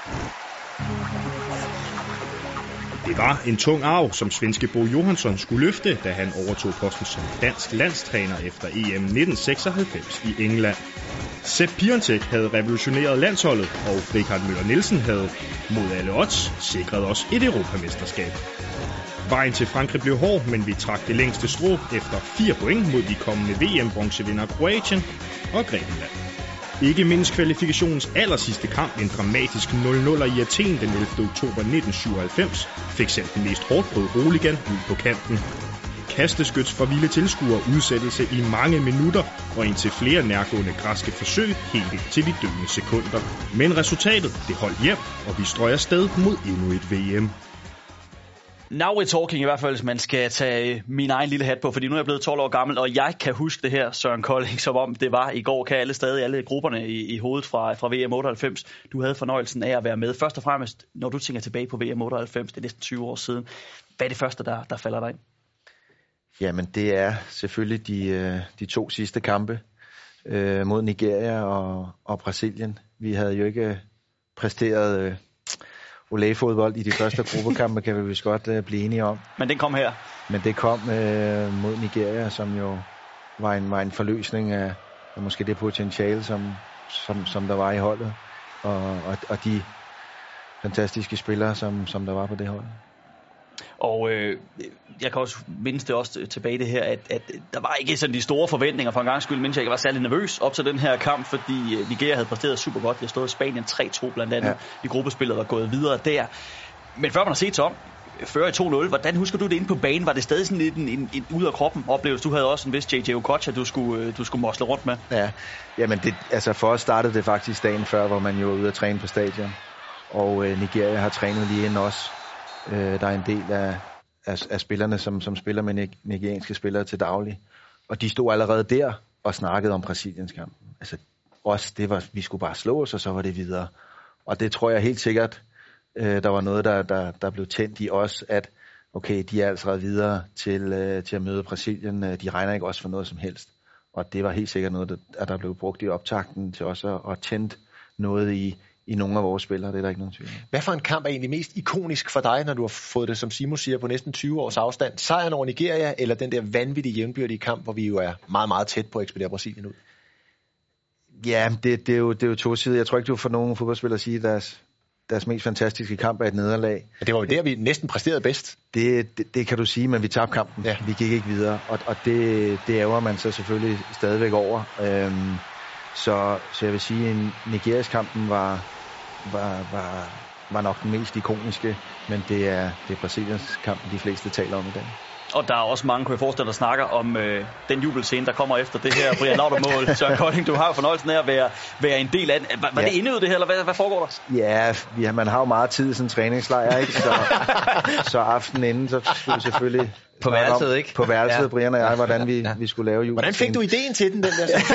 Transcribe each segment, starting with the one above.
Det var en tung arv, som svenske Bo Johansson skulle løfte, da han overtog posten som dansk landstræner efter EM 1996 i England. Sepp Piontek havde revolutioneret landsholdet, og Richard Møller Nielsen havde mod alle odds sikret os et europamesterskab. Vejen til Frankrig blev hård, men vi trak det længste strå efter 4 point mod de kommende VM-bronzevinder Kroatien og Grækenland. Ikke mindst kvalifikationens allersidste kamp, en dramatisk 0-0 i Athen den 11. oktober 1997, fik sendt den mest hårdtprøvede roligan ud på kanten. Kasteskyts fra vilde tilskuere, udsættelse i mange minutter og indtil flere nærgående græske forsøg helt til de døende sekunder. Men resultatet, det holdt hjem, og vi strøg afsted mod endnu et VM. Now we're talking i hvert fald, hvis man skal tage min egen lille hat på, fordi nu er jeg blevet 12 år gammel, og jeg kan huske det her, Søren Kolding, som om det var i går. Kan alle grupperne i hovedet fra VM 98. Du havde fornøjelsen af at være med. Først og fremmest, når du tænker tilbage på VM 98, det er næsten 20 år siden. Hvad er det første, der falder dig ind? Jamen, det er selvfølgelig de 2 sidste kampe mod Nigeria og Brasilien. Vi havde jo ikke præsteret Olé-fodbold i de første gruppekampe, kan vi vist godt blive enige om. Men den kom her? Men det kom mod Nigeria, som jo var en forløsning af måske det potentiale, som der var i holdet, og de fantastiske spillere, som der var på det hold. Og jeg kan også mindes det også tilbage det her, at der var ikke sådan de store forventninger for en gang skyld, mens jeg ikke var særlig nervøs op til den her kamp, fordi Nigeria havde præsteret super godt. Jeg stod i Spanien 3-2 blandt andet. Ja. I gruppespillet var gået videre der. Men før man har set sig om, før i 2-0, hvordan husker du det inde på banen? Var det stadig sådan lidt en ud af kroppen oplevelse? Du havde også en vis J.J. Okocha, du skulle mosle rundt med. Ja, jamen for os startede det faktisk dagen før, hvor man jo var ude at træne på stadion. Og Nigeria har trænet lige ind også. Der er en del af spillerne, som spiller med nigerianske spillere til daglig. Og de stod allerede der og snakkede om Brasiliens kamp. Altså os, vi skulle bare slå os, og så var det videre. Og det tror jeg helt sikkert, der var noget, der blev tændt i os, at okay, de er altså videre til at møde Brasilien. De regner ikke også for noget som helst. Og det var helt sikkert noget, der blev brugt i optakten til også at tænde noget i nogle af vores spillere, det er der ikke nogen tvivl. Hvad for en kamp er egentlig mest ikonisk for dig, når du har fået det, som Simon siger, på næsten 20 års afstand? Sejren over Nigeria, eller den der vanvittige jævnbyrdige kamp, hvor vi jo er meget, meget tæt på at ekspedere Brasilien ud? Ja, det er jo 2 sider. Jeg tror ikke, du får nogen fodboldspillere at sige, deres mest fantastiske kamp er et nederlag. Ja, det var jo der, vi næsten præsterede bedst. Det kan du sige, men vi tabte kampen. Ja. Vi gik ikke videre, og det ærger man så selvfølgelig stadigvæk over. Så jeg vil sige, at Nigerias-kampen var nok den mest ikoniske, men det er Brasiliens kampen, de fleste taler om i dag. Og der er også mange, kunne jeg forestille, der snakker om den jubelscene, der kommer efter det her Brian Laudrup-mål. Søren Kolding, du har jo fornøjelsen af at være en del af den. Var det indøvet det her, eller hvad foregår der? Ja, man har jo meget tid i sådan en træningslejr, ikke? Så aftenen inden, så skulle vi selvfølgelig på værelset, ikke? På værelset, ja. Brian og jeg, hvordan vi skulle lave jubelscene. Hvordan fik du ideen til den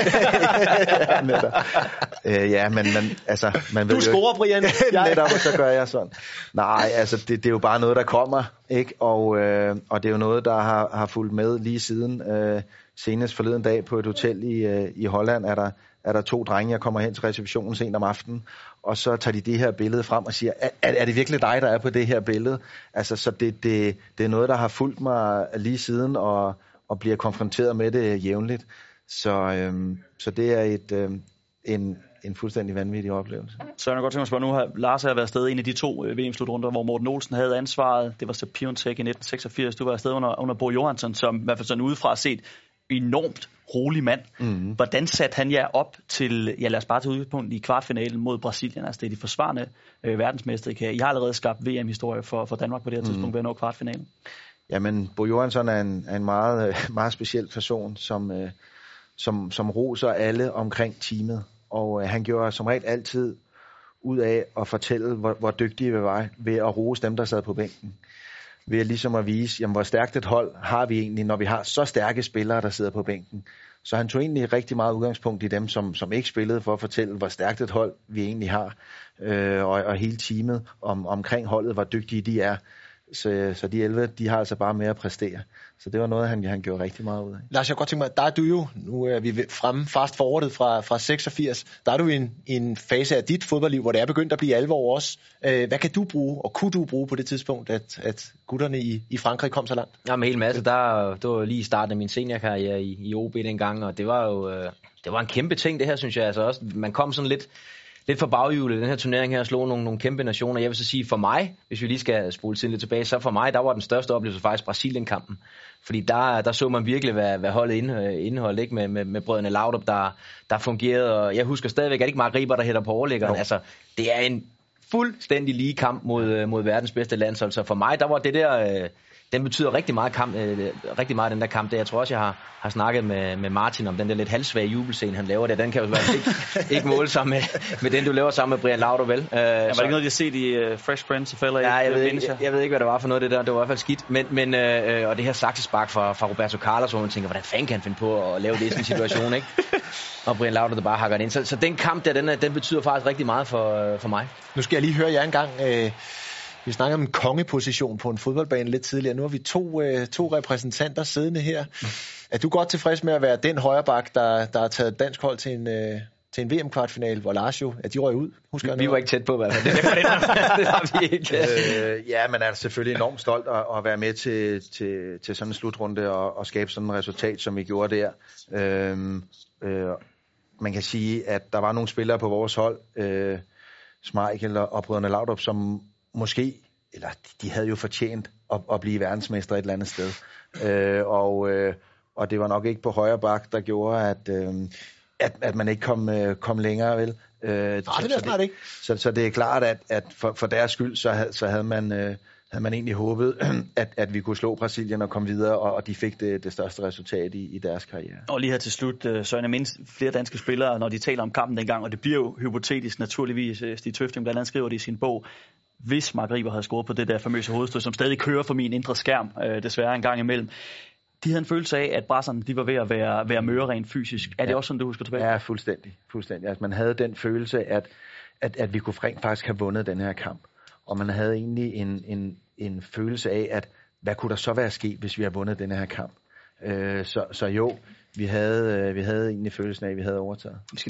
der? Men altså... Man du scorer, Brian. Netop, så gør jeg sådan. Nej, altså, det er jo bare noget, der kommer, ikke? Og det er jo noget, der har fulgt med lige siden. Senest forleden dag på et hotel i Holland er der 2 drenge, jeg kommer hen til receptionen sent om aftenen, og så tager de det her billede frem og siger, er det virkelig dig, der er på det her billede? Altså, så det er noget, der har fulgt mig lige siden, og bliver konfronteret med det jævnligt. Så det er en fuldstændig vanvittig oplevelse. Så jeg godt tænke mig at spørge, nu har Lars været afsted en af de 2 VM-slutrunder, hvor Morten Olsen havde ansvaret. Det var Sepp Piontek i 1986. Du var afsted under Bo Johansson, som i hvert fald sådan udefra set enormt rolig mand. Mm-hmm. Hvordan satte han jer op til, lad os bare tage udgangspunkt i kvartfinalen mod Brasilien, altså det er de forsvarende verdensmestre. I har allerede skabt VM-historie for Danmark på det her tidspunkt ved at nå kvartfinalen. Jamen, Bo Johansson er en meget, meget speciel person, som roser alle omkring teamet, og han gjorde som regel altid ud af at fortælle, hvor dygtige vi var ved at rose dem, der sad på bænken. Ved ligesom at vise, jamen, hvor stærkt et hold har vi egentlig, når vi har så stærke spillere, der sidder på bænken. Så han tog egentlig rigtig meget udgangspunkt i dem, som ikke spillede, for at fortælle, hvor stærkt et hold vi egentlig har. Og hele teamet omkring holdet, hvor dygtige de er. Så de 11, de har altså bare mere at præstere. Så det var noget, han gjorde rigtig meget ud af. Lars, jeg kan godt tænke mig, der er du jo, nu er vi fremme fast forwardet fra 86, der er du i en fase af dit fodboldliv, hvor det er begyndt at blive alvor også. Hvad kan du bruge, og kunne du bruge på det tidspunkt, at gutterne i Frankrig kom så langt? Jamen en hel masse. Det var lige i starten af min seniorkarriere i OB dengang, og det var jo det var en kæmpe ting det her, synes jeg. Altså også, man kom sådan lidt for baghjulet i den her turnering her og slog nogle kæmpe nationer. Jeg vil så sige, for mig, hvis vi lige skal spole tiden lidt tilbage, så for mig, der var den største oplevelse faktisk Brasilien-kampen. Fordi der så man virkelig, hvad holdet indeholdt, ikke? Med brødrene Laudrup, der fungerede. Og jeg husker stadigvæk, at det ikke Mark Riber, der hætter på overliggeren. Altså, det er en fuldstændig lige kamp mod verdens bedste landshold. Så for mig, der var det der... Den betyder rigtig meget den der kamp. Jeg tror også, jeg har snakket med Martin om den der lidt halvsvage jubelscene, han laver der. Den kan jo ikke måle sig med den, du laver sammen med Brian Laudrup, vel? Var det ikke noget, de har set i Fresh Prince of Bel-Air? Ja, jeg ved ikke, hvad det var for noget det der. Det var i hvert fald skidt. Men og det her saksespark fra Roberto Carlos, hvor man tænker, hvordan fanden kan han finde på at lave det i sådan en situation, ikke? Og Brian Laudrup, der bare hakker ind. Så den kamp der, den betyder faktisk rigtig meget for mig. Nu skal jeg lige høre jer en gang... Vi snakker om en kongeposition på en fodboldbane lidt tidligere. Nu har vi to repræsentanter siddende her. Er du godt tilfreds med at være den højreback, der har taget dansk hold til en VM-kvartfinale, hvor Lars jo, at de røg ud? Vi var ikke tæt på i hvert fald. Det var vi ikke. Ja, man er selvfølgelig enormt stolt at være med til sådan en slutrunde og skabe sådan et resultat, som vi gjorde der. Man kan sige, at der var nogle spillere på vores hold, Schmeichel og brødrene Laudrup, som måske, eller de havde jo fortjent at blive verdensmester et eller andet sted. Og det var nok ikke på højre bak, der gjorde, at man ikke kom længere, vel? Nej, det er snart ikke. Så det er klart, at for deres skyld, så havde man egentlig håbet, at vi kunne slå Brasilien og komme videre, og de fik det største resultat i deres karriere. Og lige her til slut, så jeg mindst flere danske spillere, når de taler om kampen dengang, og det bliver jo hypotetisk naturligvis, Stig Tøfting blandt andet skriver det i sin bog, hvis Mark Riber havde scoret på det der famøse hovedstød, som stadig kører for min indre skærm, desværre en gang imellem. De havde en følelse af, at brasserne de var ved at være møre rent fysisk. Er det også sådan, du husker tilbage? Ja, fuldstændig. Altså, man havde den følelse, at vi kunne faktisk have vundet den her kamp. Og man havde egentlig en følelse af, at hvad kunne der så være sket, hvis vi havde vundet den her kamp? Så jo, vi havde egentlig følelsen af, at vi havde overtaget.